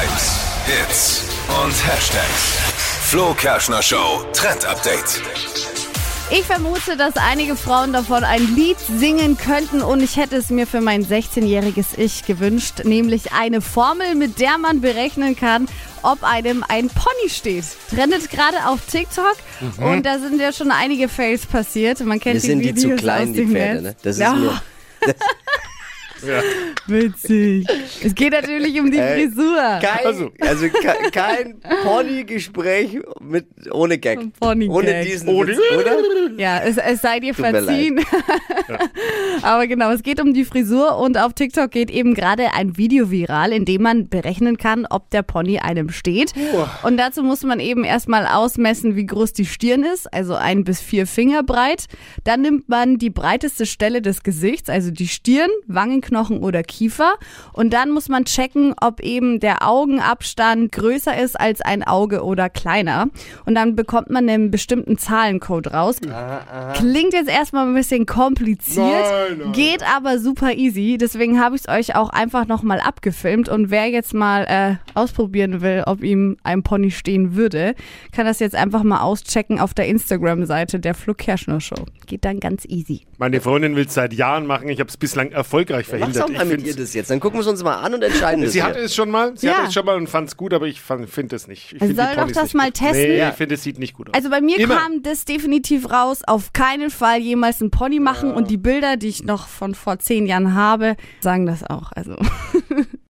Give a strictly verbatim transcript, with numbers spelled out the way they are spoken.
Hypes, Hits und Hashtags. Flo Kerschner Show Trend Update. Ich vermute, dass einige Frauen davon ein Lied singen könnten und ich hätte es mir für mein sechzehnjähriges Ich gewünscht, nämlich eine Formel, mit der man berechnen kann, ob einem ein Pony steht. Trendet gerade auf TikTok mhm. und da sind ja schon einige Fails passiert. Man kennt Wir die sind Videos die zu klein, aus die dem Pferde, Netz. ne? Das ist ja. mir... Das Ja. Witzig. Es geht natürlich um die Äh, Frisur. Kein, Also. also ke- kein Pony-Gespräch mit, ohne Gag. Ein Pony-Gag. Ohne diesen Ohne- Witz, oder? Ja, es, es sei dir Tut mir verziehen. Aber genau, es geht um die Frisur und auf TikTok geht eben gerade ein Video viral, in dem man berechnen kann, ob der Pony einem steht. Und dazu muss man eben erstmal ausmessen, wie groß die Stirn ist, also ein bis vier Finger breit. Dann nimmt man die breiteste Stelle des Gesichts, also die Stirn, Wangenknochen oder Kiefer. Und dann muss man checken, ob eben der Augenabstand größer ist als ein Auge oder kleiner. Und dann bekommt man einen bestimmten Zahlencode raus. Klingt jetzt erstmal ein bisschen kompliziert, Nein, nein. geht aber super easy. Deswegen habe ich es euch auch einfach nochmal abgefilmt. Und wer jetzt mal äh, ausprobieren will, ob ihm ein Pony stehen würde, kann das jetzt einfach mal auschecken auf der Instagram-Seite der Flo Kerschner Show. Geht dann ganz easy. Meine Freundin will es seit Jahren machen. Ich habe es bislang erfolgreich Mach's verhindert. doch mal Ich mit find's- ihr das jetzt. Dann gucken wir es uns mal an und entscheiden das Sie hier. hatte es schon mal, sie Ja. hatte es schon mal und fand es gut, aber ich finde es nicht. Ich Also find die soll doch Ponys das nicht mal gut. testen? Nee, Ja. ich finde, es sieht nicht gut aus. Also bei mir Immer. kam das definitiv raus, auf keinen Fall jemals einen Pony machen und die Bilder, die ich noch von vor zehn Jahren habe, sagen das auch. Also